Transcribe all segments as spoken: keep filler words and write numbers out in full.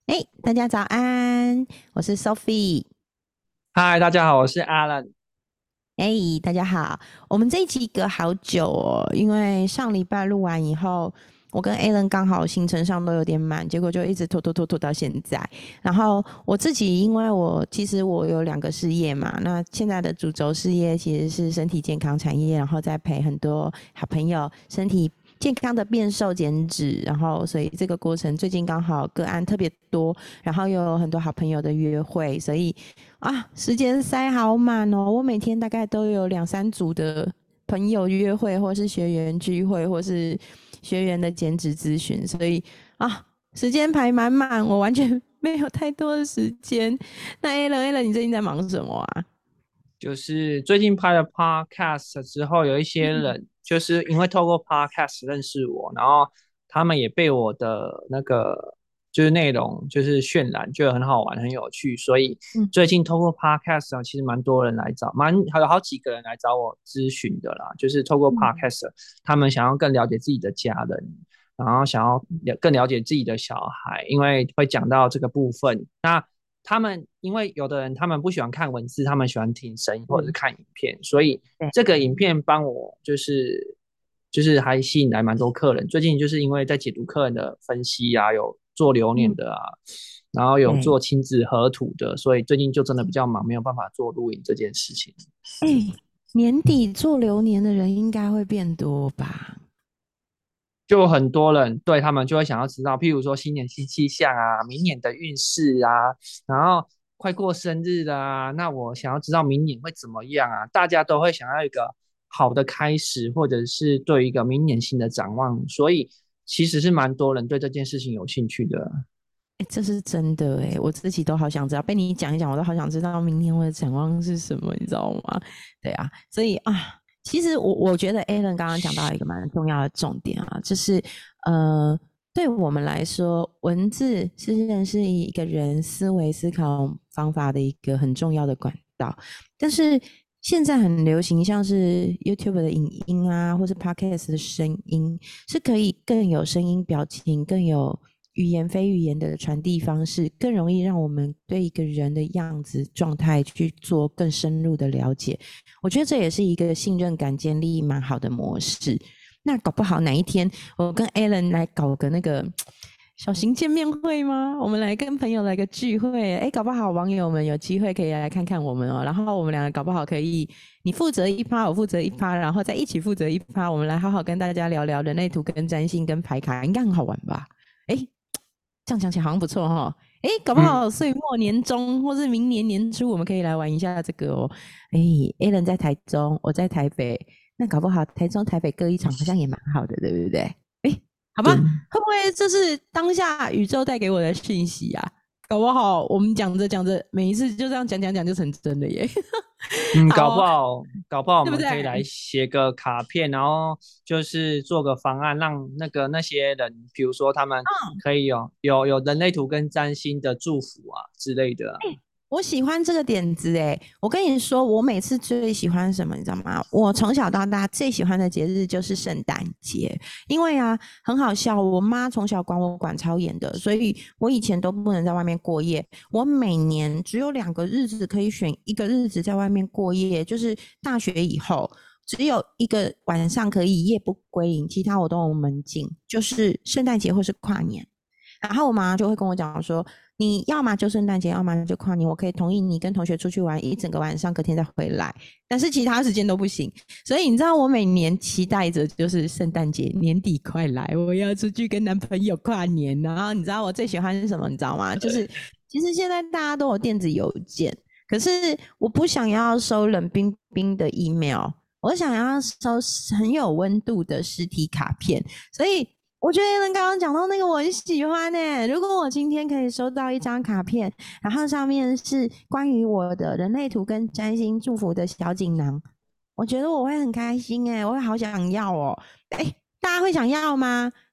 哎，大家早安，我是 Sophie。 嗨，大家好，我是 Alan。 哎，大家好，我们这一集隔好久哦，因为上礼拜录完以后，我跟 Alan 刚好行程上都有点满，结果就一直拖拖拖拖到现在。然后我自己，因为我其实我有两个事业嘛，那现在的主轴事业其实是身体健康产业，然后再陪很多好朋友身体健康的变瘦减脂，然后所以这个过程最近刚好个案特别多，然后又有很多好朋友的约会，所以啊，时间塞好满哦！我每天大概都有两三组的朋友约会，或是学员聚会，或是学员的减脂咨询，所以啊，时间排满满，我完全没有太多的时间。那 a l a n a l a n 你最近在忙什么啊？ 就是最近拍了 Podcast 之后，有一些嗯人就是因为透过 Podcast 认识我，然后他们也被我的那个就是内容就是渲染，觉得很好玩、很有趣，所以嗯最近透过 Podcast 啊，其实蛮多人来找，蛮还有好几个人来找我咨询的啦，就是透过嗯 Podcast，他们想要更了解自己的家人，然后想要了更了解自己的小孩，因为会讲到这个部分。那他们因为有的人他们不喜欢看文字，他们喜欢听声音或者是嗯， 看影片，所以对， 这个影片帮我就是就是还吸引来蛮多客人。最近就是因为在解读客人的分析啊，有做流年嗯的啊，然后有对， 做亲子合图的，所以最近就真的比较忙，没有办法做录影这件事情。 哎，年底做流年的人应该会变多吧？ 就很多人对他们就会想要知道，譬如说新年新气象啊，明年的运势啊，然后快过生日啦、那我想要知道明年会怎么样啊？大家都会想要一个好的开始，或者是对一个明年新的展望，所以其实是蛮多人对这件事情有兴趣的。 哎，这是真的哎，我自己都好想知道，被你讲一讲，我都好想知道明天我的展望是什么，你知道吗？对啊，所以啊，其实我我觉得 Alan 刚刚讲到一个蛮重要的重点啊，就是呃，对我们来说，文字是认识一个人思维思考方法的一个很重要的管道，但是现在很流行，像是 YouTube 的影音啊，或是 Podcast 的声音，是可以更有声音、表情，更有语言非语言的传递方式，更容易让我们对一个人的样子、状态去做更深入的了解。我觉得这也是一个信任感建立蛮好的模式。那搞不好哪一天我跟 Alan 来搞个那个小型见面会吗？我们来跟朋友来个聚会，哎，搞不好网友们有机会可以来看看我们哦。然后我们两个搞不好可以，你负责一趴，我负责一趴，然后再一起负责一趴，我们来好好跟大家聊聊人类图、跟占星、跟牌卡，应该很好玩吧？哎，这样讲起来好像不错哈、哦。哎，搞不嗯， 好岁末年终或是明年年初，我们可以来玩一下这个哦。哎，A 人在台中，我在台北，那搞不好台中、台北各一场，好像也蛮好的，对不对？哎，好吧， 对。 会不会这是当下宇宙带给我的讯息啊？搞不好我们讲着讲着，每一次就这样讲讲讲就成真了耶！ 嗯，搞不好哦， 好，搞不好我对不对？ 们可以来写个卡片，然后就是做个方案，让那个那些人，比如说他们嗯， 可以有有有人类图跟占星的祝福啊之类的啊。 我喜欢这个点子诶，我跟你说，我每次最喜欢什么，你知道吗？我从小到大最喜欢的节日就是圣诞节，因为啊，很好笑，我妈从小管我管超严的，所以我以前都不能在外面过夜。我每年只有两个日子可以选一个日子在外面过夜，就是大学以后只有一个晚上可以夜不归营，其他我都有门禁，就是圣诞节或是跨年。然后我妈就会跟我讲说，你要么就圣诞节，要么就跨年，我可以同意你跟同学出去玩一整个晚上，隔天再回来，但是其他时间都不行。所以你知道，我每年期待着就是圣诞节年底快来，我要出去跟男朋友跨年。然后你知道我最喜欢是什么？你知道吗？就是其实现在大家都有电子邮件，可是我不想要收冷冰冰的 email，我想要收很有温度的实体卡片，所以我觉得能刚刚讲到那个我很喜欢呢。如果我今天可以收到一张卡片，然后上面是关于我的人类图跟占星祝福的小锦囊，我觉得我会很开心哎，我会好想要哦。哎，大家会想要吗？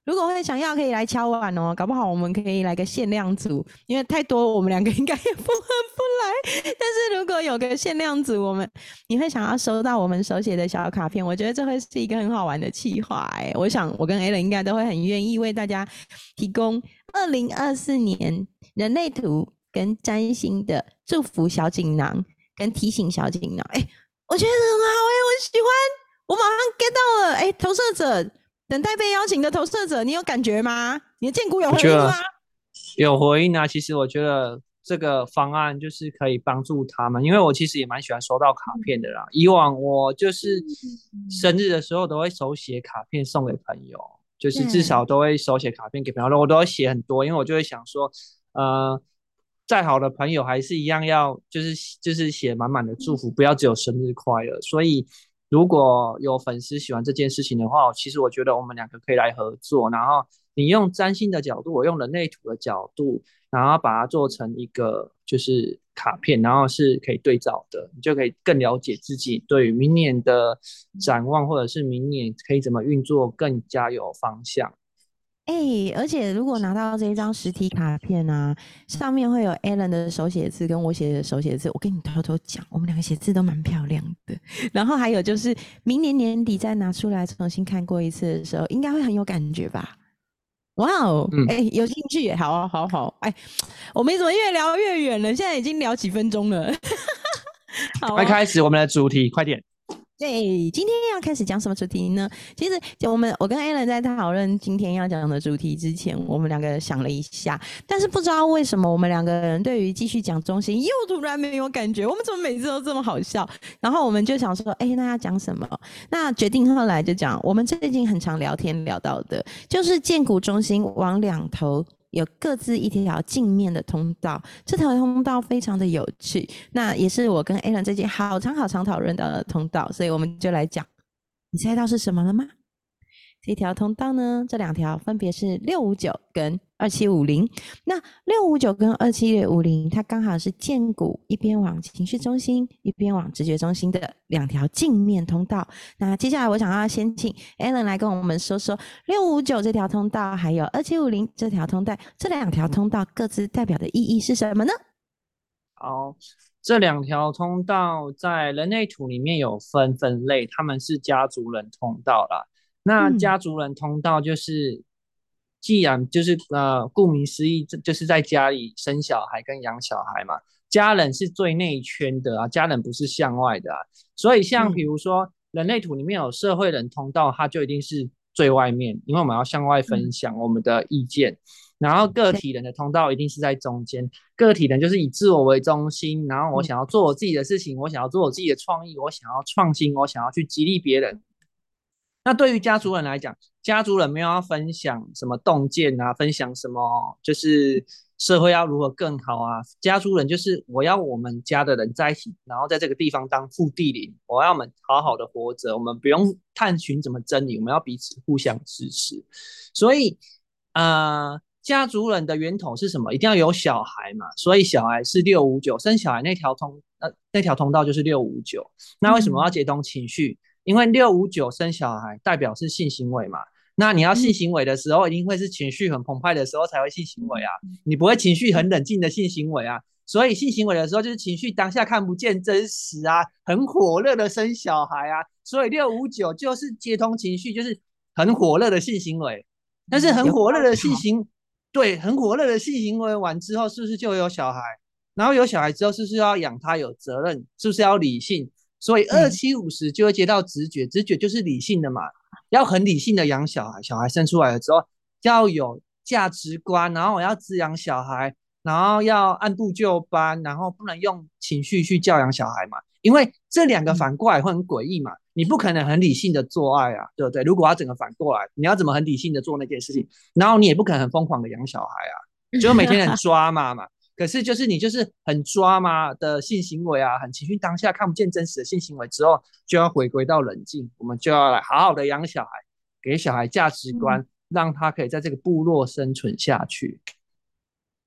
如果会想要，可以来敲碗哦，搞不好我们可以来个限量组，因为太多我们两个应该也不合不来。但是如果有个限量组，我们你会想要收到我们手写的小卡片，我觉得这会是一个很好玩的企划哎。我想我跟 Alan 应该都会很愿意为大家提供二零二四年人类图跟占星的祝福小锦囊跟提醒小锦囊。哎，我觉得很好哎，我喜欢，我马上 get 到了。哎，投射者。等待被邀请的投射者，你有感觉吗？你的荐股有回应吗？ 有回应啊。其实我觉得这个方案就是可以帮助他们，因为我其实也蛮喜欢收到卡片的啦。嗯、以往我就是生日的时候都会手写卡片送给朋友，就是至少都会手写卡片给朋友，我都会写很多，因为我就会想说，呃，再好的朋友还是一样要就是就是写满满的祝福，不要只有生日快乐。所以如果有粉丝喜欢这件事情的话，其实我觉得我们两个可以来合作，然后你用占星的角度，我用人类图的角度，然后把它做成一个就是卡片，然后是可以对照的，你就可以更了解自己对于明年的展望，或者是明年可以怎么运作更加有方向。 哎、欸，而且如果拿到这一张实体卡片啊，上面会有 Alan 的手写字跟我写的手写字，我跟你偷偷讲，我们两个写字都蛮漂亮的。然后还有就是明年年底再拿出来重新看过一次的时候，应该会很有感觉吧？哇哦，哎、欸，有兴趣也好啊，好好，哎、欸，我们怎么越聊越远了？现在已经聊几分钟了。 好、啊，快开始我们的主题，快点。 对，今天要开始讲什么主题呢？其实我们我跟 Alan 在讨论今天要讲的主题之前，我们两个想了一下，但是不知道为什么我们两个人对于继续讲中心又突然没有感觉，我们怎么每次都这么好笑？然后我们就想说，哎、欸，那要讲什么？那决定后来就讲，我们最近很常聊天聊到的，就是荐股中心往两头。有各自一条镜面的通道，这条通道非常的有趣，那也是我跟 Alan 最近好长好长讨论到的通道，所以我们就来讲。你猜到是什么了吗？这条通道呢，这两条分别是六五九跟二七五零。那六五九跟二七五零，它刚好是荐股一边往情绪中心，一边往直觉中心的两条镜面通道。那接下来我想要先请 Alan 来跟我们说说六五九这条通道，还有二七五零这条通道，这两条通道各自代表的意义是什么呢？ 好，这两条通道在人类图里面有分分类，他们是家族人通道啦。那家族人通道就是，嗯、既然就是呃，顾名思义，就是在家里生小孩跟养小孩嘛。家人是最内圈的啊，家人不是向外的啊。所以像比如说、嗯、人类图里面有社会人通道，它就一定是最外面，因为我们要向外分享我们的意见。嗯、然后个体人的通道一定是在中间，个体人就是以自我为中心，然后我想要做我自己的事情，我想要做我自己的创意，我想要创新，我想要去激励别人。那对于家族人来讲，家族人没有要分享什么洞见啊，分享什么就是社会要如何更好啊。家族人就是我要我们家的人在一起，然后在这个地方当附地灵，我要我们好好的活着，我们不用探寻怎么真理，我们要彼此互相支持。所以，呃，家族人的源头是什么？一定要有小孩嘛，所以小孩是六五九，生小孩那条通呃那条通道就是六五九。那为什么要接通情绪？嗯，因为六五九生小孩代表是性行为嘛，那你要性行为的时候，一定会是情绪很澎湃的时候才会性行为啊，你不会情绪很冷静的性行为啊，所以性行为的时候就是情绪当下看不见真实啊，很火热的生小孩啊，所以六五九就是接通情绪，就是很火热的性行为，但是很火热的性行，对，很火热的性行为完之后，是不是就有小孩？然后有小孩之后，是不是要养他有责任？是不是要理性？所以二七五十就会接到直觉，直觉就是理性的嘛，要很理性的养小孩，小孩生出来了之后要有价值观，然后我要滋养小孩，然后要按部就班，然后不能用情绪去教养小孩嘛，因为这两个反过来会很诡异嘛，你不可能很理性的做爱啊，对不对？如果要整个反过来，你要怎么很理性的做那件事情？然后你也不可能很疯狂的养小孩啊，就每天很抓嘛嘛。可是就是你就是很抓嘛的性行为啊，很情绪当下看不见真实的性行为之后，就要回归到冷静，我们就要来好好的养小孩，给小孩价值观，嗯、让他可以在这个部落生存下去。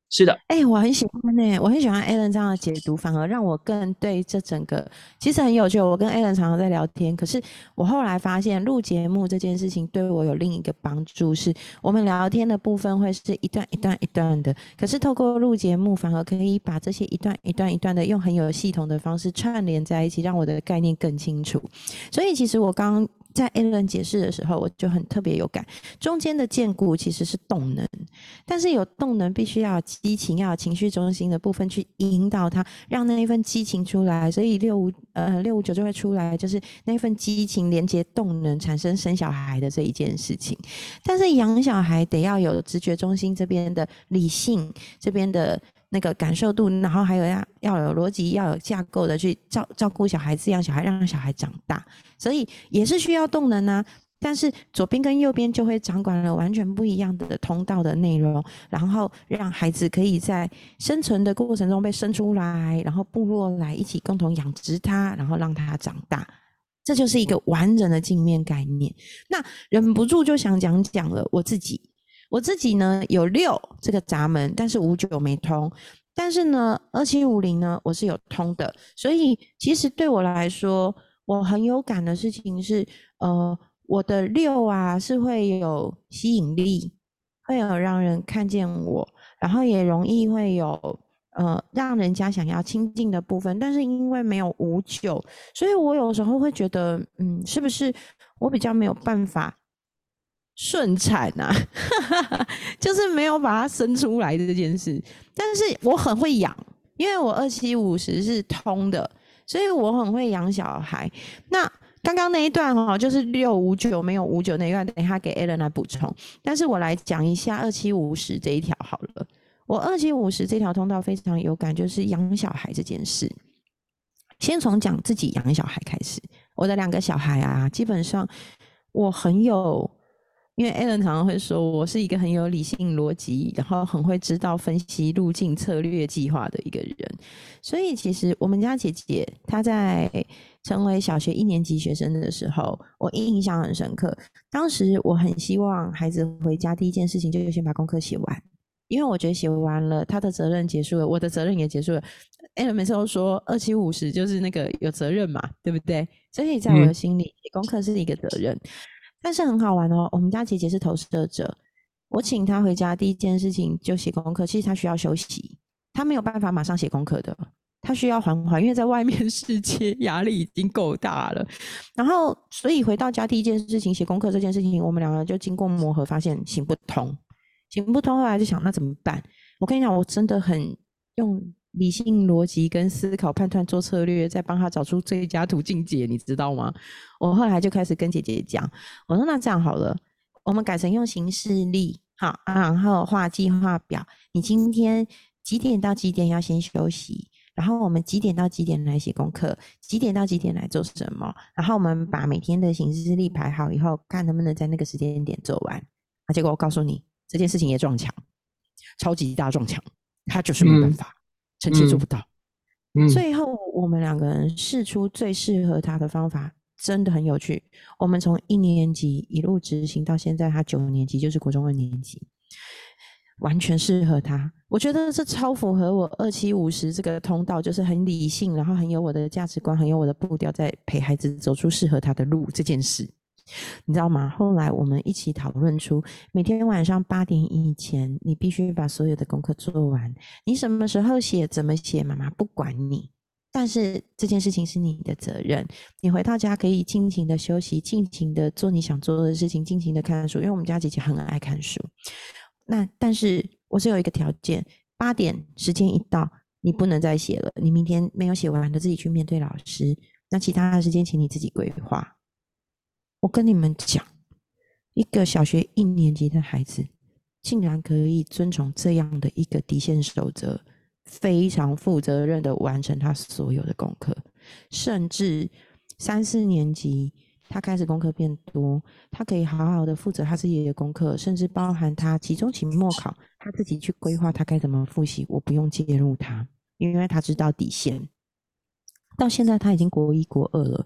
是的， 哎、我很喜欢呢、我很喜欢 Alan 这样的解读，反而让我更对这整个其实很有趣。我跟 Alan 常常在聊天，可是我后来发现录节目这件事情对我有另一个帮助，是我们聊天的部分会是一段一段一段的，可是透过录节目，反而可以把这些一段一段一段的用很有系统的方式串联在一起，让我的概念更清楚。所以其实我刚刚在 Alan 解释的时候，我就很特别有感，中间的建固其实是动能。但是有动能必须要有激情，要有情绪中心的部分去引导它，让那一份激情出来。所以六五呃六五九就会出来，就是那份激情连接动能，产生生小孩的这一件事情。但是养小孩得要有直觉中心这边的理性，这边的那个感受度，然后还有要要有逻辑，要有架构的去照照顾小孩、滋养小孩，让小孩长大，所以也是需要动能啊。但是左边跟右边就会掌管了完全不一样的通道的内容，然后让孩子可以在生存的过程中被生出来，然后部落来一起共同养殖它，然后让它长大。这就是一个完整的镜面概念。那忍不住就想讲讲了我自己，我自己呢有六这个闸门，但是五九没通。但是呢，二七五零呢我是有通的，所以其实对我来说，我很有感的事情是，呃，我的六啊是会有吸引力，会有让人看见我，然后也容易会有呃让人家想要亲近的部分，但是因为没有五九，所以我有时候会觉得，嗯，是不是我比较没有办法顺产啊？就是没有把它生出来的这件事，但是我很会养，因为我二七五十是通的，所以我很会养小孩。那刚刚那一段哈、哦，就是六五九没有五九那一段，等一下给 Alan 来补充。但是我来讲一下二七五十这一条好了。我二七五十这条通道非常有感，就是养小孩这件事。先从讲自己养小孩开始。我的两个小孩啊，基本上我很有，因为 Alan 常常会说我是一个很有理性逻辑，然后很会知道分析路径、策略、计划的一个人。所以其实我们家姐姐她在成为小学一年级学生的时候，我印象很深刻。当时我很希望孩子回家第一件事情就是先把功课写完。因为我觉得写完了，他的责任结束了，我的责任也结束了。Alan 每次都说二七五十就是那个有责任嘛，对不对？所以在我的心里，写功课是一个责任。但是很好玩哦，我们家姐姐是投射者，我请她回家第一件事情就写功课，其实她需要休息，她没有办法马上写功课的，她需要缓缓，因为在外面世界压力已经够大了。然后，所以回到家第一件事情写功课这件事情，我们两个就经过磨合，发现行不通。行不通，后来就想那怎么办？我跟你讲，我真的很用理性逻辑跟思考判断做策略，在帮他找出最佳途径解，你知道吗？我后来就开始跟姐姐讲，我说那这样好了，我们改成用行事历，好，然后画计划表。你今天几点到几点要先休息？然后我们几点到几点来写功课？几点到几点来做什么？然后我们把每天的行事历排好以后，看能不能在那个时间点做完。啊，结果我告诉你。这件事情也撞墙，超级大撞墙，他就是没办法，臣妾做不到。嗯嗯、最后我们两个人试出最适合他的方法，真的很有趣。我们从一年级一路执行到现在，他九年级就是国中二年级，完全适合他。我觉得这超符合我二七五十这个通道，就是很理性，然后很有我的价值观，很有我的步调，在陪孩子走出适合他的路这件事。你知道吗？后来我们一起讨论出，每天晚上八点以前，你必须把所有的功课做完。你什么时候写，怎么写，妈妈不管你。但是这件事情是你的责任。你回到家可以尽情的休息，尽情的做你想做的事情，尽情的看书。因为我们家姐姐很爱看书。那但是我是有一个条件，八点时间一到，你不能再写了。你明天没有写完的，自己去面对老师。那其他的时间，请你自己规划。我跟你们讲，一个小学一年级的孩子竟然可以遵从这样的一个底线守则，非常负责任的完成他所有的功课，甚至三四年级他开始功课变多，他可以好好的负责他自己的功课，甚至包含他期中期末考，他自己去规划他该怎么复习，我不用介入他，因为他知道底线。到现在他已经国一国二了，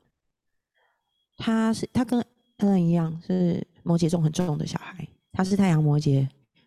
他是他跟 Alan 一样是摩羯座很重的小孩，他是太阳摩羯，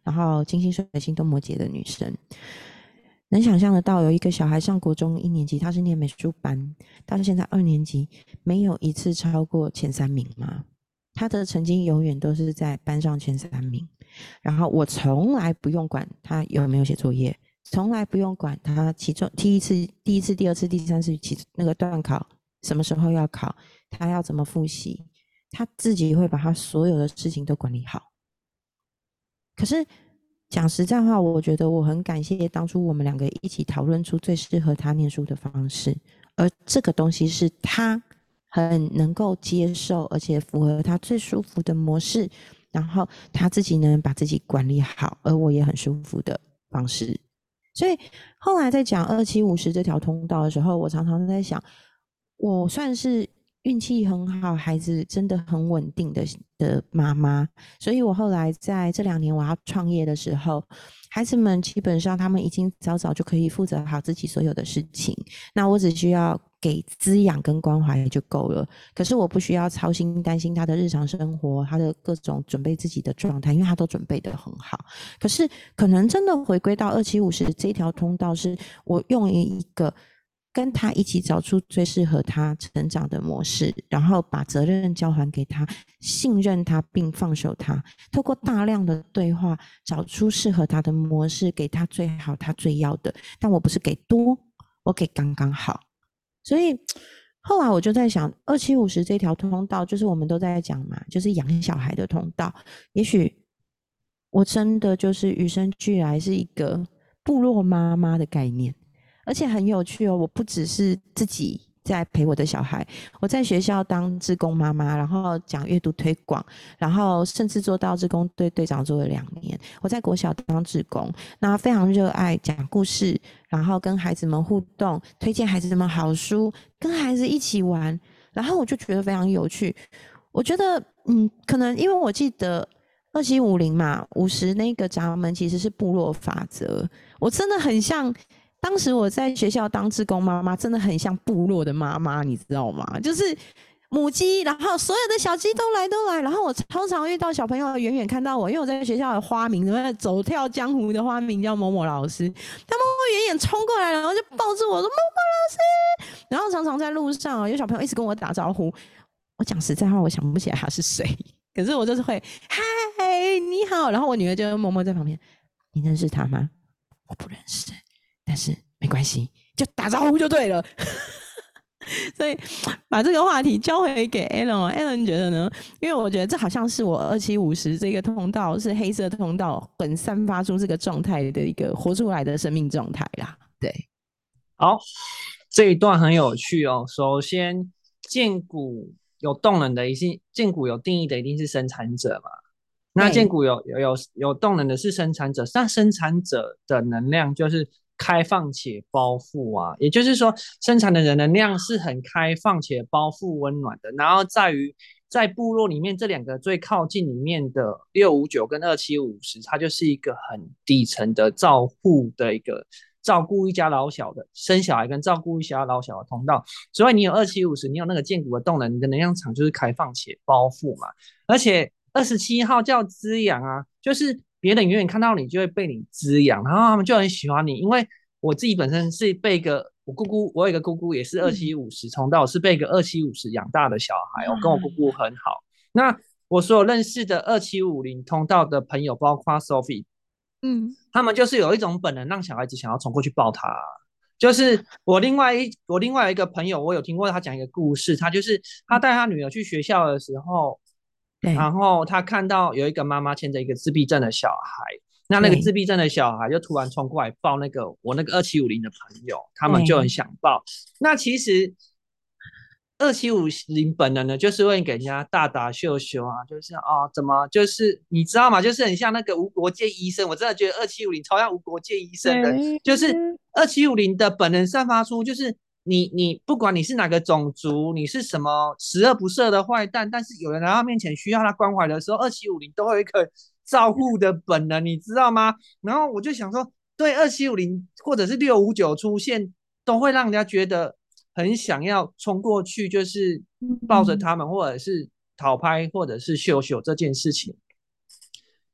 然后金星、水星都摩羯的女生。能想象得到，有一个小孩上国中一年级，他是念美术班，到现在二年级，没有一次超过前三名吗？他的成绩永远都是在班上前三名，然后我从来不用管他有没有写作业，从来不用管他其中第一次、第一次、第二次、第三次其那个段考什么时候要考，他要怎么复习，他自己会把他所有的事情都管理好。可是讲实在话，我觉得我很感谢当初我们两个一起讨论出最适合他念书的方式，而这个东西是他很能够接受，而且符合他最舒服的模式，然后他自己能把自己管理好，而我也很舒服的方式。所以后来在讲二七五十这条通道的时候，我常常在想，我算是运气很好，孩子真的很稳定的的妈妈，所以我后来在这两年我要创业的时候，孩子们基本上他们已经早早就可以负责好自己所有的事情，那我只需要给滋养跟关怀就够了。可是我不需要操心担心他的日常生活，他的各种准备自己的状态，因为他都准备得很好。可是可能真的回归到二七五十这条通道，是我用一个跟他一起找出最适合他成长的模式，然后把责任交还给他，信任他并放手他，透过大量的对话找出适合他的模式，给他最好他最要的，但我不是给多，我给刚刚好。所以后来我就在想，二七五十这条通道就是我们都在讲嘛，就是养小孩的通道。也许我真的就是与生俱来是一个部落妈妈的概念，而且很有趣哦。我不只是自己在陪我的小孩，我在学校当志工妈妈，然后讲阅读推广，然后甚至做到志工队队长做了两年。我在国小当志工，那非常热爱讲故事，然后跟孩子们互动，推荐孩子们好书，跟孩子一起玩，然后我就觉得非常有趣。我觉得，嗯，可能因为我记得二七五零嘛，五十那个闸门其实是部落法则，我真的很像。当时我在学校当志工妈妈，真的很像部落的妈妈，你知道吗？就是母鸡，然后所有的小鸡都来都来，然后我超常遇到小朋友远远看到我，因为我在学校的花名，走跳江湖的花名叫某某老师，他们会远远冲过来，然后就抱住我说某某老师，然后常常在路上有小朋友一直跟我打招呼，我讲实在话，我想不起来他是谁，可是我就是会嗨你好，然后我女儿就默默在旁边，你认识他吗？我不认识。但是没关系，就打招呼就对了。所以把这个话题交回给 Alan，Alan 觉得呢？因为我觉得这好像是我二七五十这个通道是黑色通道，很散发出这个状态的一个活出来的生命状态啦。对， 好，这一段很有趣哦。首先，剑骨有动能的，一定剑骨有定义的一定是生产者嘛。那剑骨有有有有动能的是生产者，但生产者的能量就是开放且包覆啊，也就是说，生产的人能量是很开放且包覆温暖的。然后在于在部落里面，这两个最靠近里面的六五九跟二七五十，它就是一个很底层的照护的一个照顾一家老小的生小孩跟照顾一家老小的通道。所以你有二七五十，你有那个剑骨的动能，你的能量场就是开放且包覆嘛，而且。二十七号叫滋养啊，就是别人远远看到你就会被你滋养，然后他们就很喜欢你。因为我自己本身是被一个我姑姑，我有一个姑姑也是二七五十通道，是被一个二七五十养大的小孩，我跟我姑姑很好。那我所有认识的二七五零通道的朋友，包括 Sophie， 嗯，他们就是有一种本能，让小孩子想要冲过去抱他。就是我另外一我另外一个朋友，我有听过他讲一个故事，他就是他带他女儿去学校的时候。然后他看到有一个妈妈牵着一个自闭症的小孩，那那个自闭症的小孩就突然冲过来抱那个我那个二七五零的朋友，他们就很想抱。那其实二七五零本人呢，就是会给人家大打秀秀啊，就是哦，怎么就是你知道吗？就是很像那个无国界医生，我真的觉得二七五零超像无国界医生的，就是二七五零的本人散发出就是。你你不管你是哪个种族，你是什么十恶不赦的坏蛋，但是有人来到面前需要他关怀的时候，二七五零都会有一个照护的本能，你知道吗？然后我就想说，对二七五零或者是六五九出现，都会让人家觉得很想要冲过去，就是抱着他们，或者是讨拍，或者是秀秀这件事情。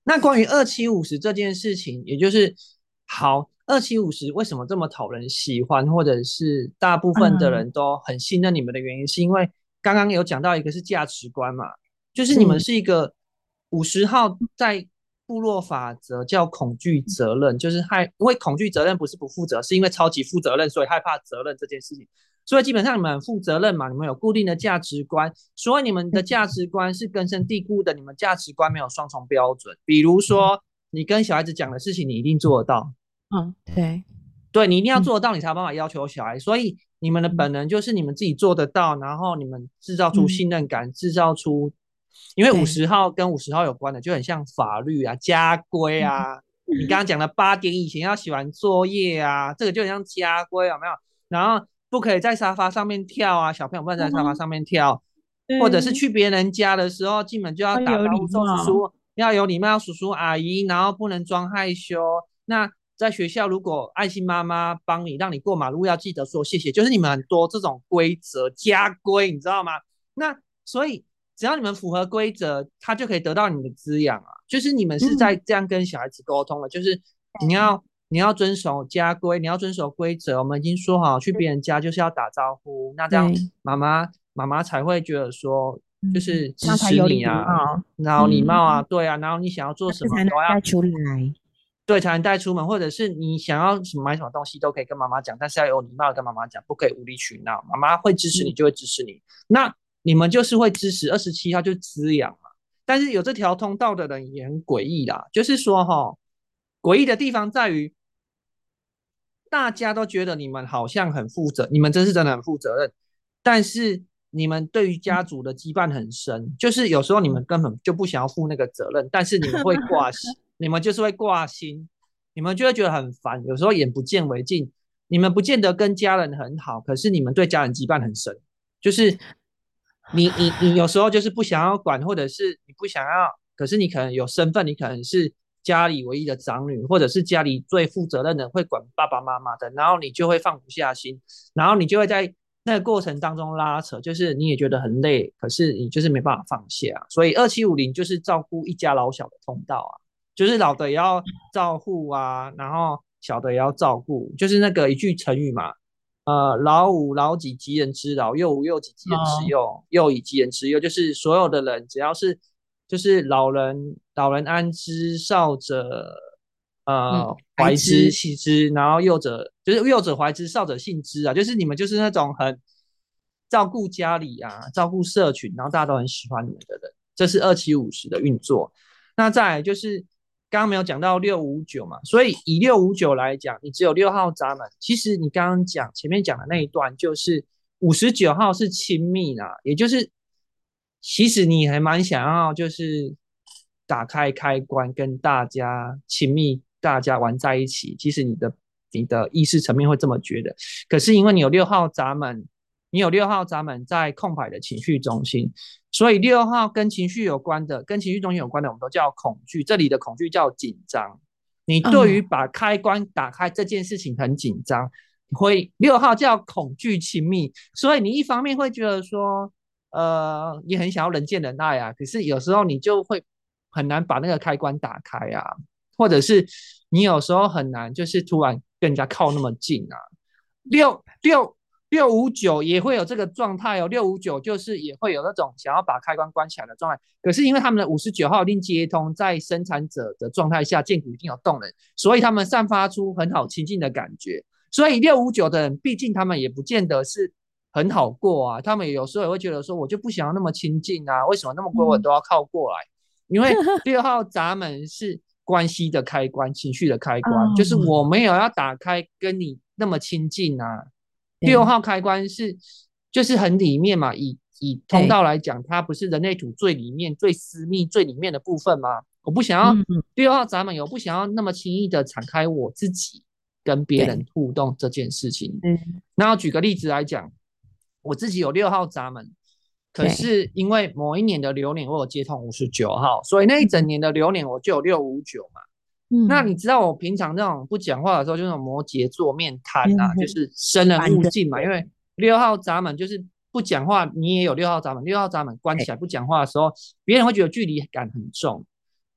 那关于二七五十这件事情，也就是好二七五十为什么这么讨人喜欢，或者是大部分的嗯， 人都很信任你们的原因，是因为刚刚有讲到一个是价值观嘛，就是你们是， 是一个五十号在部落法则叫恐惧责任，就是害，因为恐惧责任不是不负责，是因为超级负责任，所以害怕责任这件事情。所以基本上你们很负责任嘛，你们有固定的价值观，所以你们的价值观是根深蒂固的，你们价值观没有双重标准。比如说，你跟小孩子讲的事情，你一定做得到， 嗯，对， 对你一定要嗯做得到，你才有办法要求小孩。所以你们的嗯本能就是你们自己做得到，然后你们制造出嗯， 信任感，制造出，因为五对， 十号跟五十号有关的，就很像法律啊、家规嗯啊。你刚刚讲的八点以前要写完作业啊，这个就很像家规，有没有？然后不可以在沙发上面跳啊，小朋友不能在沙发嗯， 上面跳，或者是对， 去别人家的时候进门就要要有礼打招呼说叔貌， 叔，要有礼貌，叔叔阿姨，然后不能装害羞。那在学校，如果爱心妈妈帮你让你过马路，要记得说谢谢，就是你们很多这种规则家规，你知道吗？那所以只要你们符合规则，他就可以得到你的滋养啊。就是你们是在嗯， 这样跟小孩子沟通的，就是你要你要遵守家规，你要遵守规则。我们已经说好，去别人家就是要打招呼，那这样对， 妈妈妈妈才会觉得说，就嗯，这样才是支持有礼你啊， 貌， 然后礼貌啊， 嗯， 对啊，然后你想要做什这才能么都要带出来， 对，才能带出门，或者是你想要买什么东西都可以跟妈妈讲，但是要有礼貌的跟妈妈讲，不可以无理取闹。妈妈会支持你， 嗯就会支持你。那你们就是会支持二十七号就滋养嘛。但是有这条通道的人也很诡异啦，就是说哈，诡异的地方在于，大家都觉得你们好像很负责，你们真是真的很负责任，但是你们对于家族的羁绊很深，就是有时候你们根本就不想要负那个责任，但是你们会挂心，你们就是会挂心，你们就会觉得很烦，有时候眼不见为净。你们不见得跟家人很好，可是你们对家人羁绊很深，就是你你你有时候就是不想要管，或者是你不想要，可是你可能有身份，你可能是家里唯一的长女，或者是家里最负责任的，会管爸爸妈妈的，然后你就会放不下心，然后你就会在那个过程当中拉扯，就是你也觉得很累，可是你就是没办法放下，所以二七五零就是照顾一家老小的通道啊，就是老的也要照顾啊，然后小的也要照顾，就是那个一句成语嘛，呃，老吾老己，及人之老；幼吾幼己，及人之哦， 幼；幼以及人之幼，就是所有的人，只要是就是老人，老人安之，少者嗯， 呃怀之孩子， 系之，然后幼者就是幼者怀之，少者信之啊，就是你们就是那种很照顾家里啊，照顾社群，然后大家都很喜欢你们的人，这是二七五十的运作。那再来就是刚刚没有讲到六五九嘛，所以以六五九来讲，你只有六号闸门。其实你刚刚讲前面讲的那一段，就是五十九号是亲密啦，也就是其实你还蛮想要就是打开开关跟大家亲密，大家玩在一起。其实你的你的意识层面会这么觉得，可是因为你有六号闸门，你有六号闸门在空白的情绪中心，所以六号跟情绪有关的，跟情绪中心有关的，我们都叫恐惧。这里的恐惧叫紧张。你对于哦， 把开关打开这件事情很紧张，会六号叫恐惧亲密，所以你一方面会觉得说，呃，你很想要人见人爱啊，可是有时候你就会很难把那个开关打开啊，或者是你有时候很难就是突然跟人家靠那么近啊。六六六五九也会有这个状态哦，六五九就是也会有那种想要把开关关起来的状态。可是因为他们的五十九号一定接通，在生产者的状态下，剑骨一定有动能，所以他们散发出很好亲近的感觉。所以六五九的人，毕竟他们也不见得是很好过啊，他们有时候也会觉得说，我就不想要那么亲近啊，为什么那么多人嗯， 都要靠过来？因为六号闸门是关系的开关，情绪的开关，就是哦， 我没有要打开跟你那么亲近啊。六对号开关是就是很里面嘛，以以通对， 道来讲，它不是人类图最里面、最私密、最里面的部分吗？我不想要嗯， 六号闸门，我不想要那么轻易的敞开我自己跟别人对， 互动这件事情。 嗯， 然后举个例子来讲，我自己有六号闸门，可对， 是因为某一年的流年我有接通五十九号，所以那一整嗯年的流年我就有六五九嘛。那嗯， 你知道我平常那种不讲话的时候，就那种摩羯座面瘫啊，就嗯， 是生人烦的勿近嘛。因为人， 六号闸门就是不讲话，你也有六号闸门，六号闸门关起对， 来不讲话的时候，别人会觉得距离感很重。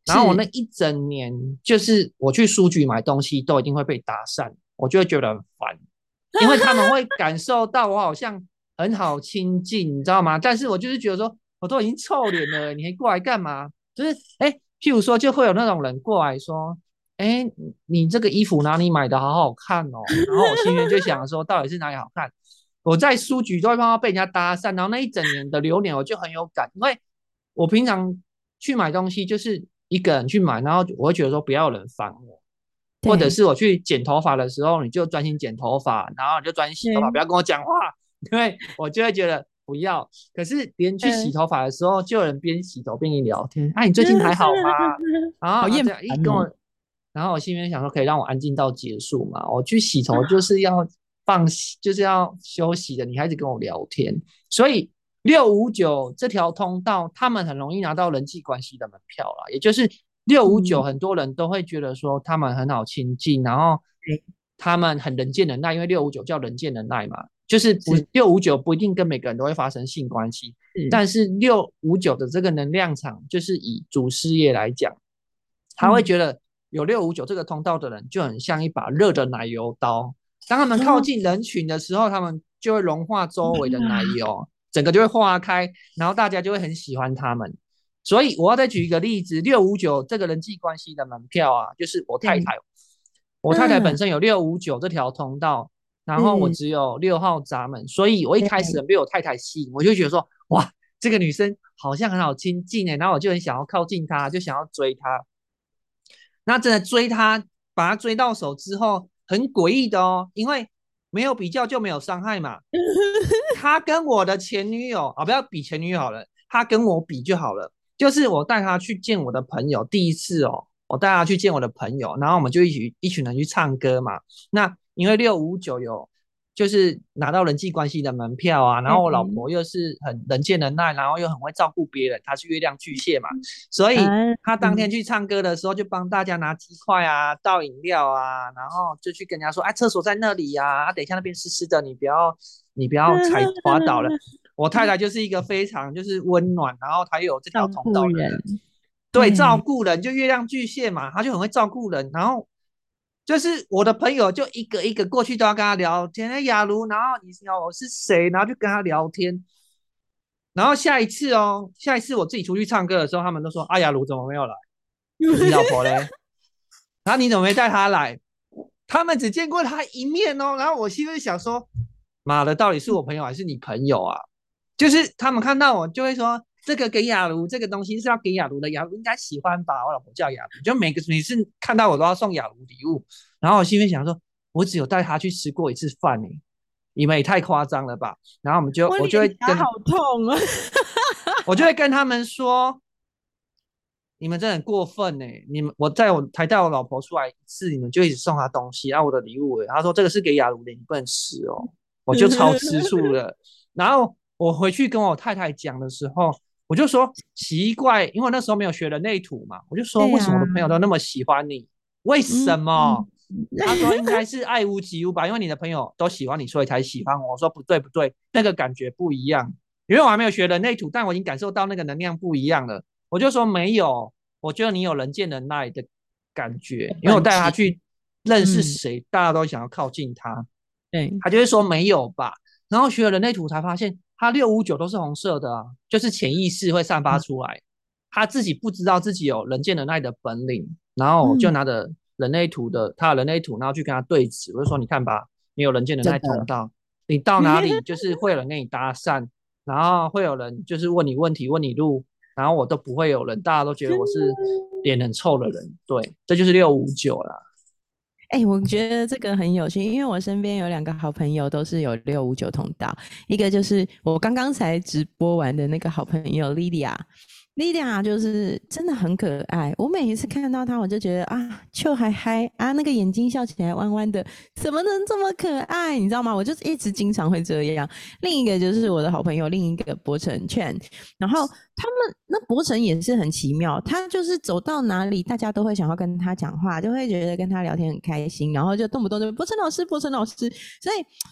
然后我那一整年就是我去书局买东西都一定会被搭讪，我就会觉得很烦，因为他们会感受到我好像很好亲近，你知道吗？但是我就是觉得说我都已经臭脸了，你还过来干嘛？就是哎，譬如说就会有那种人过来说，哎，你这个衣服哪里买的，好好看哦。然后我心里面就想说，到底是哪里好看？我在书局都会碰到被人家搭讪，然后那一整年的流年我就很有感，因为我平常去买东西就是一个人去买，然后我会觉得说不要有人烦我，或者是我去剪头发的时候，你就专心剪头发，然后你就专心洗头发，不要跟我讲话，因为我就会觉得不要。可是连去洗头发的时候，就有人边洗头边跟你聊天，哎、啊，你最近还好吗？然后这样一跟我，然后我心里面想说，可以让我安静到结束嘛？我去洗头就是要放，就是要休息的，你还一直跟我聊天，所以六五九这条通道，他们很容易拿到人际关系的门票啦，也就是六五九，很多人都会觉得说他们很好亲近，然后他们很人见人爱，因为六五九叫人见人爱嘛，就是不六五九不一定跟每个人都会发生性关系，但是六五九的这个能量场，就是以主事业来讲，他会觉得有六五九这个通道的人就很像一把热的奶油刀，当他们靠近人群的时候，他们就会融化周围的奶油，整个就会化开，然后大家就会很喜欢他们。所以我要再举一个例子，六五九这个人际关系的门票啊，就是我太太，我太太本身有六五九这条通道，然后我只有六号闸门，所以我一开始被我太太吸引，我就觉得说，哇，这个女生好像很好亲近欸，然后我就很想要靠近她，就想要追她。那真的追她，把她追到手之后，很诡异的哦，因为没有比较就没有伤害嘛。她跟我的前女友啊，不要比前女友好了，她跟我比就好了。就是我带她去见我的朋友，第一次哦，我带她去见我的朋友，然后我们就一起一群人去唱歌嘛。那因为六五九有就是拿到人际关系的门票啊，然后我老婆又是很人见人爱，然后又很会照顾别人，她是月亮巨蟹嘛，所以她当天去唱歌的时候就帮大家拿鸡块啊、倒饮料啊，然后就去跟人家说，哎，厕所在那里呀、啊，等一下那边湿湿的，你不要你不要踩滑倒了。我太太就是一个非常就是温暖，然后她又有这条通道的人，对，照顾人，就月亮巨蟹嘛，她就很会照顾人，然后就是我的朋友就一个一个过去都要跟他聊天，哎，雅茹，然后你知道我是谁，然后就跟他聊天，然后下一次哦，下一次我自己出去唱歌的时候，他们都说，啊，雅茹怎么没有来？你老婆嘞？然后你怎么没带她来？他们只见过她一面哦，然后我心里想说，妈的，到底是我朋友还是你朋友啊？就是他们看到我就会说，这个给雅茹，这个东西是要给雅茹的，雅茹应该喜欢吧？我老婆叫雅茹，就每个每次看到我都要送雅茹礼物，然后我心里想说，我只有带她去吃过一次饭哎，你们也太夸张了吧？然后我们就我就会跟， 好痛啊！ 我就会跟他们说，你们真的很过分哎！你们我带我才带我老婆出来一次，你们就一直送她东西，啊，我的礼物哎，他说这个是给雅茹的，你不能吃哦，我就超吃醋了。然后我回去跟我太太讲的时候，我就说奇怪，因为我那时候没有学人类图嘛，我就说为什么我的朋友都那么喜欢你？为什么？他说应该是爱屋及乌吧，因为你的朋友都喜欢你，所以才喜欢我。我说不对不对，那个感觉不一样，因为我还没有学人类图，但我已经感受到那个能量不一样了。我就说没有，我觉得你有人见人爱的感觉，因为我带他去认识谁，大家都想要靠近他。 对， 他就会说没有吧，然后学了人类图才发现，他六五九都是红色的啊，就是潜意识会散发出来，他自己不知道自己有人见人爱的本领，然后就拿着人类图的他的人类图，然后去跟他对峙，我就说你看吧，你有人见人爱通道，你到哪里就是会有人跟你搭讪，然后会有人就是问你问题问你路，然后我都不会有人，大家都觉得我是脸很臭的人，对，这就是六五九啦。 哎、欸，我觉得这个很有趣，因为我身边有两个好朋友都是有六五九通道，一个就是我刚刚才直播完的那个好朋友 Lydia。Lydia 就是真的很可爱，我每一次看到她，我就觉得啊，就还嗨啊，那个眼睛笑起来弯弯的，怎么能这么可爱？你知道吗？我就一直经常会这样。另一个就是我的好朋友，另一个博成劝，然后他们那博成也是很奇妙，他就是走到哪里，大家都会想要跟他讲话，就会觉得跟他聊天很开心，然后就动不动就博成老师，博成老师，所以。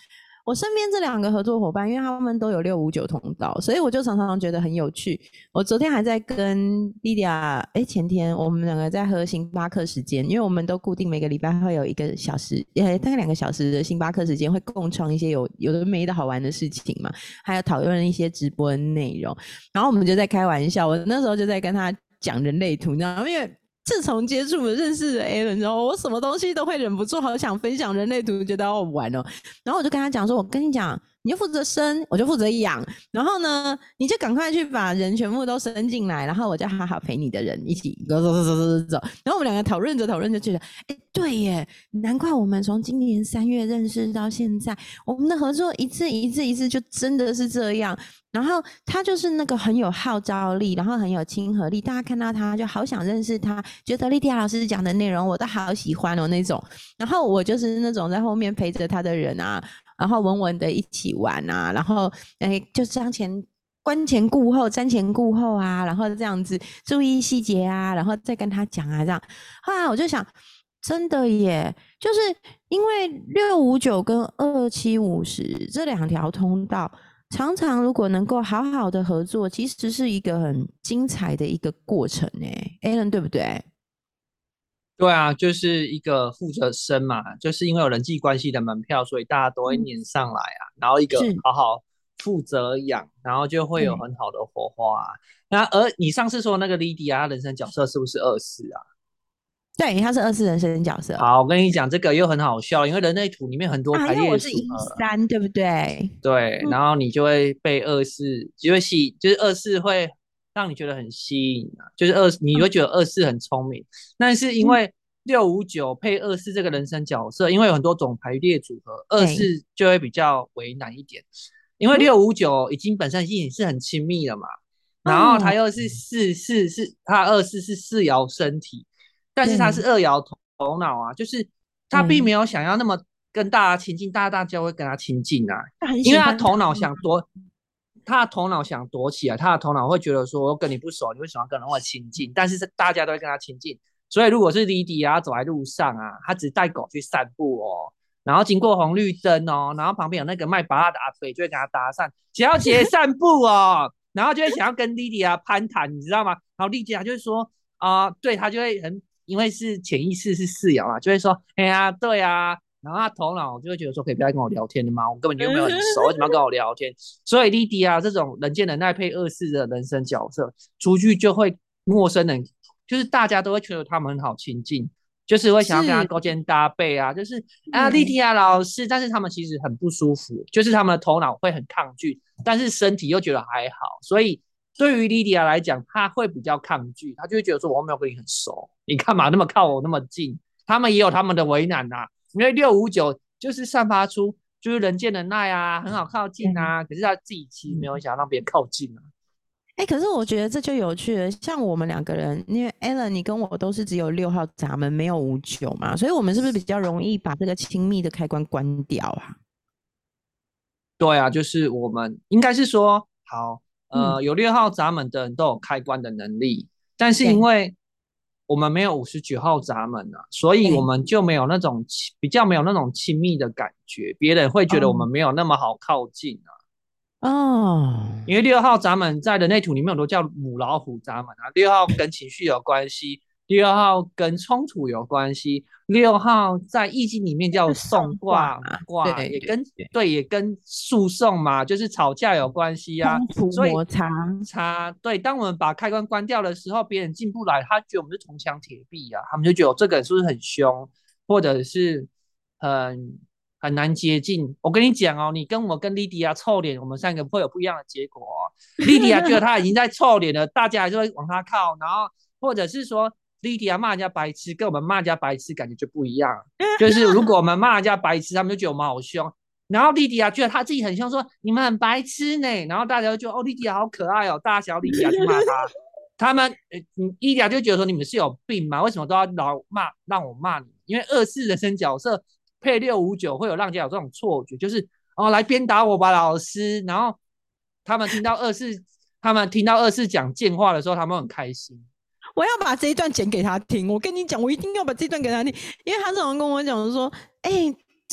我身边这两个合作伙伴，因为他们都有六五九通道，所以我就常常觉得很有趣。我昨天还在跟莉迪亚，哎，前天我们两个在喝星巴克时间，因为我们都固定每个礼拜会有一个小时，呃，大概两个小时的星巴克时间，会共创一些有有的没的好玩的事情嘛，还有讨论一些直播的内容。然后我们就在开玩笑，我那时候就在跟他讲人类图，你知道吗？因为自从接触了认识了 Alan 之后，我什么东西都会忍不住好想分享人类图，觉得好好玩哦。然后我就跟他讲说，我跟你讲，你就负责生，我就负责养，然后呢，你就赶快去把人全部都生进来，然后我就好好陪你的人一起走走走走走走。然后我们两个讨论着讨论着，觉得，哎，对耶，难怪我们从今年三月认识到现在，我们的合作一次一次一次就真的是这样。然后他就是那个很有号召力，然后很有亲和力，大家看到他就好想认识他，觉得莉迪亚老师讲的内容我都好喜欢哦那种。然后我就是那种在后面陪着他的人啊，然后稳稳的一起玩啊，然后哎就瞻前观前顾后，瞻前顾后啊，然后这样子注意细节啊，然后再跟他讲啊这样。后来我就想，真的耶，就是因为六五九跟二七五十这两条通道。常常如果能够好好的合作，其实是一个很精彩的一个过程诶 Alan 对不对？ 对啊，就是一个负责生嘛，就是因为有人际关系的门票，所以大家都会黏上来啊。然后一个是， 好好负责养，然后就会有对很好的火花啊。那而你上次说那个 Lydia 人生角色是不是二四啊？ 对，他是二次人生角色好，我跟你讲，这个又很好笑，因为人类图里面很多啊， 排因为我是一列组合， 三，对不对？ 对， 嗯然后你就会被二四，就会吸，就是二四会让你觉得很吸引啊，就是二，你会觉得二四很聪明，但是因嗯， 为六五九配二四这个人生角色，因为有很多种排列组合，二对， 四就会比较为难一点，因为嗯六五九已经本身已经是很亲密了嘛，然后他哦， 又是四四是他二四是四爻身体，但是他是对二爻头头脑啊，就是他并对， 没有想要那么跟大家亲近，大家大家会跟他亲近啊， 他很因为喜欢他， 他头脑想躲，他的头脑想躲起来，他的头脑会觉得说，我跟你不熟，你为什么要跟人会亲近？但是大家都会跟他亲近，所以如果是莉迪亚走在路上啊，他只带狗去散步哦，然后经过红绿灯哦，然后旁边有那个卖拔辣的阿伯就会跟他搭讪，小姐散步哦，然后就会想要跟莉迪亚攀谈，你知道吗？然后莉迪亚就会说啊、呃，对他就会很，因为是潜意识是四爻嘛，就会说，哎呀，对啊。然后他头脑就会觉得说，可以不要跟我聊天的吗？我根本就没有很熟，为什么要跟我聊天？所以莉迪亚这种人见人爱配二四的人生角色，出去就会陌生人，就是大家都会觉得他们很好亲近，就是会想要跟他是， 勾肩搭背啊，就是啊，莉迪对， 亚老师，但是他们其实很不舒服，就是他们的头脑会很抗拒，但是身体又觉得还好，所以对于莉迪亚来讲，他会比较抗拒，他就会觉得说我没有跟你很熟，你干嘛那么靠我那么近？他们也有他们的为难啊，因为六五九就是散发出就是人见人爱啊，很好靠近对。 啊，可是他自己其实没有想要让别人靠近啊。 哎、可是我觉得这就有趣了。像我们两个人，因为 Alan 你跟我都是只有六号闸门，没有五九嘛，所以我们是不是比较容易把这个亲密的开关关掉啊？ 对啊，就是我们应该是说，好， 嗯， 呃，有六号闸门的人都有开关的能力，但是因对为我们没有五十九号闸门啊，所以我对， 们就没有那种比较没有那种亲密的感觉，别人会觉得我哦们没有那么好靠近啊。 哦， 因为六号闸门在人类图里面有都叫母老虎闸门啊，六号跟情绪有关系，六号跟冲突有关系，六号在易经里面叫是送讼卦卦嘛？对卦，也跟对对， 对也跟诉讼嘛，就是吵架有关系啊。 冲突所以摩擦， 差对，当我们把开关关掉的时候，别人进不来，他觉得我们是铜墙铁壁啊，他们就觉得我这个人是不是很凶，或者是很很难接近。我跟你讲哦，你跟我跟莉迪亚臭脸，我们三个会有不一样的结果哦。莉迪亚觉得他已经在臭脸了，大家还是会往他靠，然后或者是说莉迪亚骂人家白痴，跟我们骂人家白痴感觉就不一样。就是如果我们骂人家白痴，他们就觉得我们好凶。然后莉迪亚觉得他自己很凶，说你们很白痴呢。然后大家就觉得哦，莉迪亚好可爱哦，大家想要莉迪亚去骂他。他们，呃，莉迪亚就觉得说你们是有病吗？为什么都要老骂让我骂你？因为二四人生角色配六五九会有让人家有这种错觉，就是哦来鞭打我吧，老师。然后他们听到二四，他们听到二四讲贱话的时候，他们很开心。 我要把这一段剪给他听。我跟你讲，我一定要把这一段给他听，因为他常常跟我讲说：“哎、欸，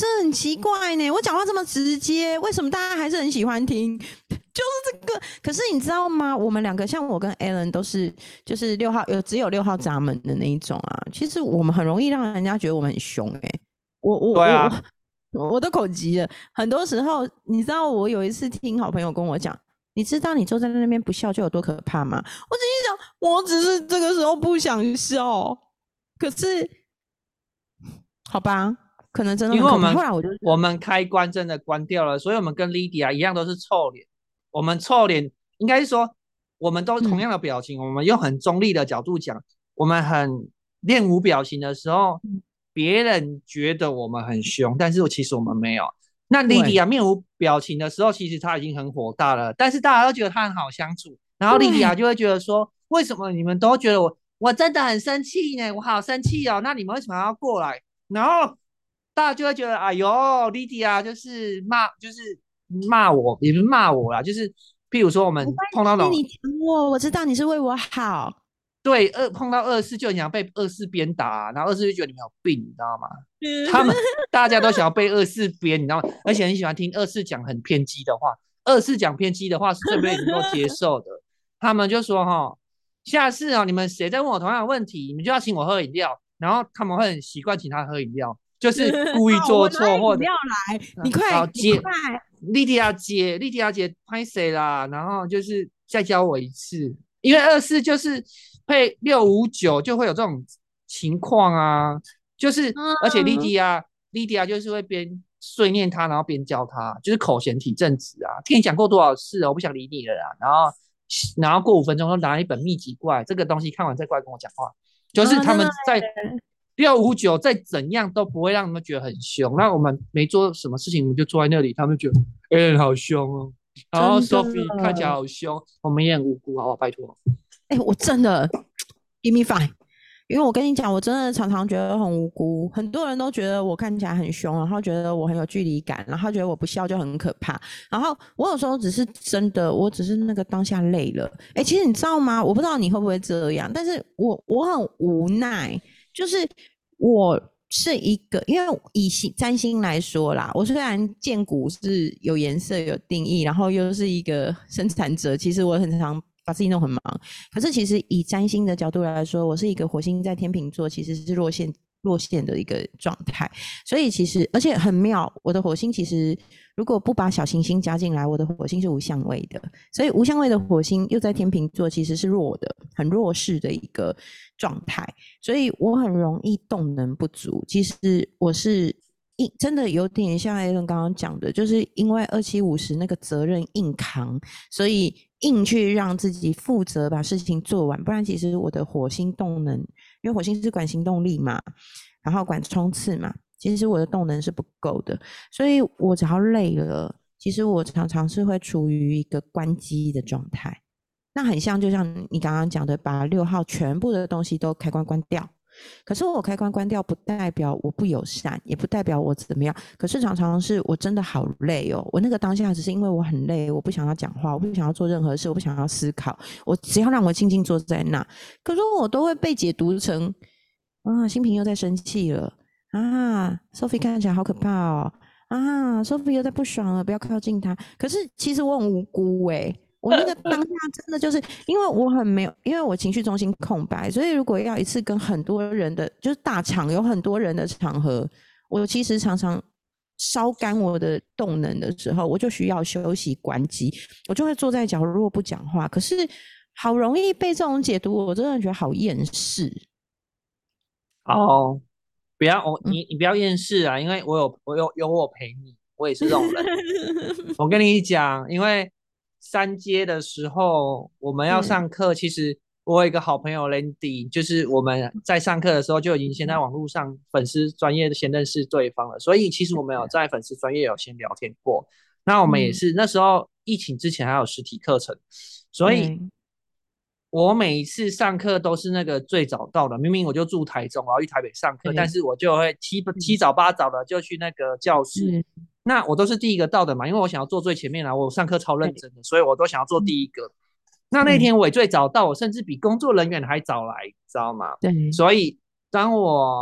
这很奇怪呢。我讲话这么直接，为什么大家还是很喜欢听？就是这个。可是你知道吗？我们两个，像我跟 Alan 都是，就是六号有只有六号闸门的那一种啊。其实我们很容易让人家觉得我们很凶哎、欸。我我对啊， 我我都口急了。很多时候，你知道，我有一次听好朋友跟我讲，你知道你坐在那边不笑就有多可怕吗？我只是想，我只是这个时候不想笑，可是好吧。可能真的很可怕。 因为我们后来我就我们开关真的关掉了，所以我们跟 Lydia 一样都是臭脸。我们臭脸应该是说，我们都同样的表情，嗯、我们用很中立的角度讲，我们很练无表情的时候，别人觉得我们很凶，但是其实我们没有。那 Lydia 面无表情的时候，其实他已经很火大了，但是大家都觉得他很好相处，然后 Lydia 就会觉得说，为什么你们都觉得我我真的很生气呢？我好生气哦，那你们为什么要过来？然后大家就会觉得，哎呦 ，Lydia 就是骂，就是骂我，也不是骂我啦，就是譬如说我们碰到那种， 你讲我，我知道你是为我好。 对，二碰到二四就很想被二四鞭打，然后二四就觉得你们有病，你知道吗？他们大家都想要被二四鞭，你知道吗？而且很喜欢听二四讲很偏激的话，二四讲偏激的话是最被能够接受的。他们就说哈，下次哦，你们谁再问我同样的问题，你们就要请我喝饮料，然后他们会很习惯请他喝饮料。就是故意做错，或者要来，你快， 接你快， 莉迪亚姐，莉迪亚姐拍谁啦？然后就是再教我一次，因为二四就是配六五九就会有这种情况啊，就是嗯、 而且莉迪亚，莉迪亚就是会边碎念他，然后边教他，就是口嫌体正直啊。听你讲过多少次了，我不想理你了啦。然后然后过五分钟就拿一本秘籍过来，这个东西看完再过来跟我讲话，就是他们在。六五九再怎样都不会让他们觉得很凶。那我们没做什么事情，我们就坐在那里，他们觉得哎、欸、好凶哦。然后 Sophie 看起来好凶，我们也很无辜，好不好？拜托。 哎、欸，我真的 give me five， 因为我跟你讲，我真的常常觉得很无辜。很多人都觉得我看起来很凶，然后觉得我很有距离感，然后觉得我不笑就很可怕。然后我有时候只是真的，我只是那个当下累了。哎、欸，其实你知道吗？我不知道你会不会这样，但是我我很无奈。就是我是一个，因为以占星来说啦，我虽然剑骨是有颜色有定义，然后又是一个生产者，其实我很常把自己弄很忙。可是其实以占星的角度来说，我是一个火星在天秤座，其实是落线落线的一个状态。所以其实而且很妙，我的火星其实如果不把小行星加进来，我的火星是无相位的。所以无相位的火星又在天秤座，其实是弱的，很弱势的一个状态。所以我很容易动能不足。其实我是真的有点像艾伦刚刚讲的，就是因为二七五十那个责任硬扛，所以硬去让自己负责把事情做完。不然其实我的火星动能，因为火星是管行动力嘛，然后管冲刺嘛，其实我的动能是不够的。所以我只要累了，其实我常常是会处于一个关机的状态。那很像就像你刚刚讲的，把六号全部的东西都开关关掉。可是我开关关掉不代表我不友善，也不代表我怎么样。可是常常是我真的好累哦，我那个当下只是因为我很累，我不想要讲话，我不想要做任何事，我不想要思考，我只要让我静静坐在那。可是我都会被解读成啊，新平又在生气了啊 ，Sophie 看起来好可怕哦啊 ，Sophie 又在不爽了，不要靠近他。可是其实我很无辜诶、欸我那个当下真的就是因为我很没有，因为我情绪中心空白，所以如果要一次跟很多人的，就是大场有很多人的场合，我其实常常烧干我的动能的时候，我就需要休息关机，我就会坐在角落不讲话。可是好容易被这种解读，我真的觉得好厌世。 哦，不要我你你不要厌世啊，因为我有我有有我陪你，我也是这种人。我跟你讲，因为三阶的时候我们要上课，其实我有一个好朋友 Landy， 就是我们在上课的时候就已经先在网络上粉丝专业的先认识对方了，所以其实我们有在粉丝专业有先聊天过。那我们也是、嗯、那时候疫情之前还有实体课程，所以我每一次上课都是那个最早到的。明明我就住台中，我要去台北上课，但是我就会七七早八早的就去那个教室。嗯那我都是第一个到的嘛，因为我想要坐最前面啦，我上课超认真的，所以我都想要坐第一个。那那天我也最早到，我甚至比工作人员还早来，知道吗？ 对。 所以当我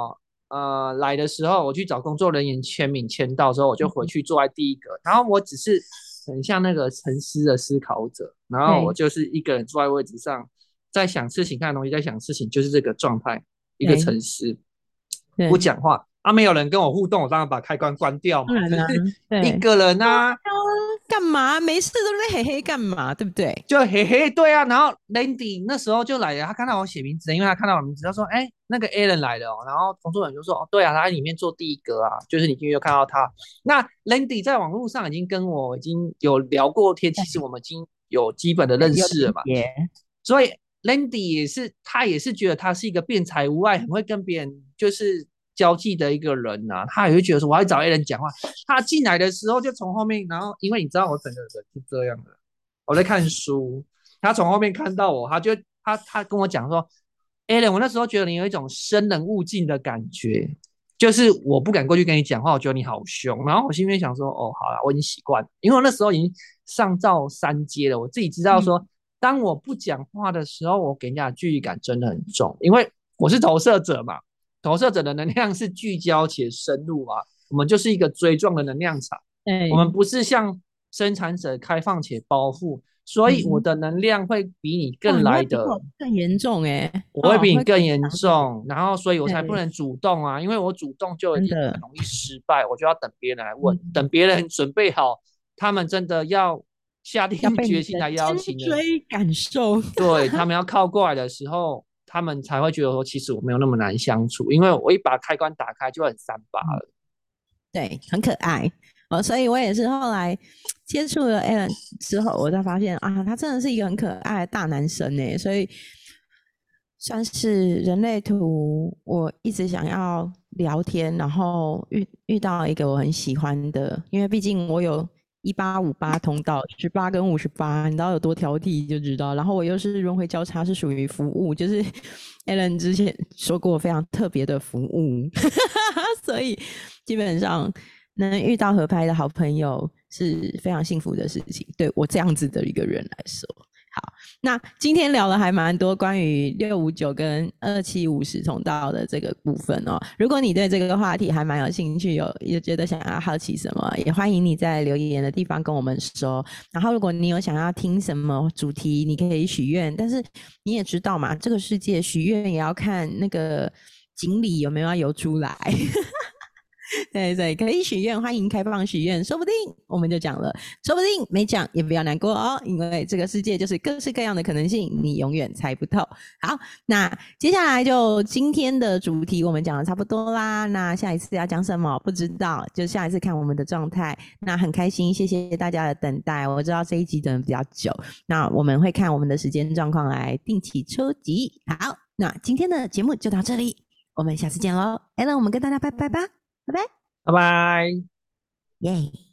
呃来的时候，我去找工作人员签名，签到之后我就回去坐在第一个，然后我只是很像那个沉思的思考者，然后我就是一个人坐在位置上，在想事情，看东西，在想事情，就是这个状态，一个沉思，不讲话。啊，没有人跟我互动，我当然把开关关掉嘛， 嗯、 就是一个人啊， 干嘛？没事都在嘿嘿干嘛？对不对？ 就嘿嘿，对啊。然后 Landy 那时候就来了，他看到我写名字，因为他看到我名字，他说：“哎、欸，那个 Alan 来了哦。”然后工作人员就说：“哦，对啊，他在里面坐第一个啊，就是你进去就看到他。”那 Landy 在网络上已经跟我已经有聊过天，其实我们已经有基本的认识了嘛，所以 Landy 也是他也是觉得他是一个辩才无碍，很会跟别人就是交际的一个人呐、啊，他也会觉得说我要找 A 人讲话。他进来的时候就从后面，然后因为你知道我整个人是这样的，我在看书，他从后面看到我，他就他他跟我讲说 ，A 人，我那时候觉得你有一种生人勿近的感觉，就是我不敢过去跟你讲话，我觉得你好凶。然后我心里面想说，哦，好啦，我已经习惯了，因为我那时候已经上到三阶了，我自己知道说。嗯，当我不讲话的时候，我给人家的距离感真的很重，因为我是投射者嘛，投射者的能量是聚焦且深入嘛，我们就是一个锥状的能量场，我们不是像生产者开放且包覆，所以我的能量会比你更来的、 哦、更严重哎、欸， 我会比你更严重、哦，然后所以我才不能主动啊，因为我主动就一定很容易失败，我就要等别人来问，等别人准备好，他们真的要。下定决心来邀请的， 追感受， 对他们要靠过来的时候，他们才会觉得说，其实我没有那么难相处，因为我一把开关打开就很三八了， 对，很可爱哦。所以我也是后来接触了 Alan 之后，我才发现啊，他真的是一个很可爱的大男生呢，所以算是人类图，我一直想要聊天，然后遇遇到一个我很喜欢的，因为毕竟我有。一八五八通道，十八跟五十八，你知道有多挑剔就知道。然后我又是轮回交叉，是属于服务，就是 Alan 之前说过非常特别的服务，所以基本上能遇到合拍的好朋友是非常幸福的事情。对我这样子的一个人来说。好，那今天聊了还蛮多关于六五九跟二七五十通道的这个部分哦。如果你对这个话题还蛮有兴趣，有也觉得想要好奇什么，也欢迎你在留言的地方跟我们说。然后，如果你有想要听什么主题，你可以许愿。但是你也知道嘛，这个世界许愿也要看那个锦鲤有没有要游出来。对对，可以许愿，欢迎开放许愿，说不定我们就讲了，说不定没讲也不要难过哦，因为这个世界就是各式各样的可能性，你永远猜不透。好，那接下来就今天的主题我们讲的差不多啦，那下一次要讲什么不知道，就下一次看我们的状态。那很开心，谢谢大家的等待，我知道这一集等的比较久，那我们会看我们的时间状况来定期抽集。好，那今天的节目就到这里，我们下次见咯。Alan，我们跟大家拜拜吧。拜拜， 拜拜， 耶。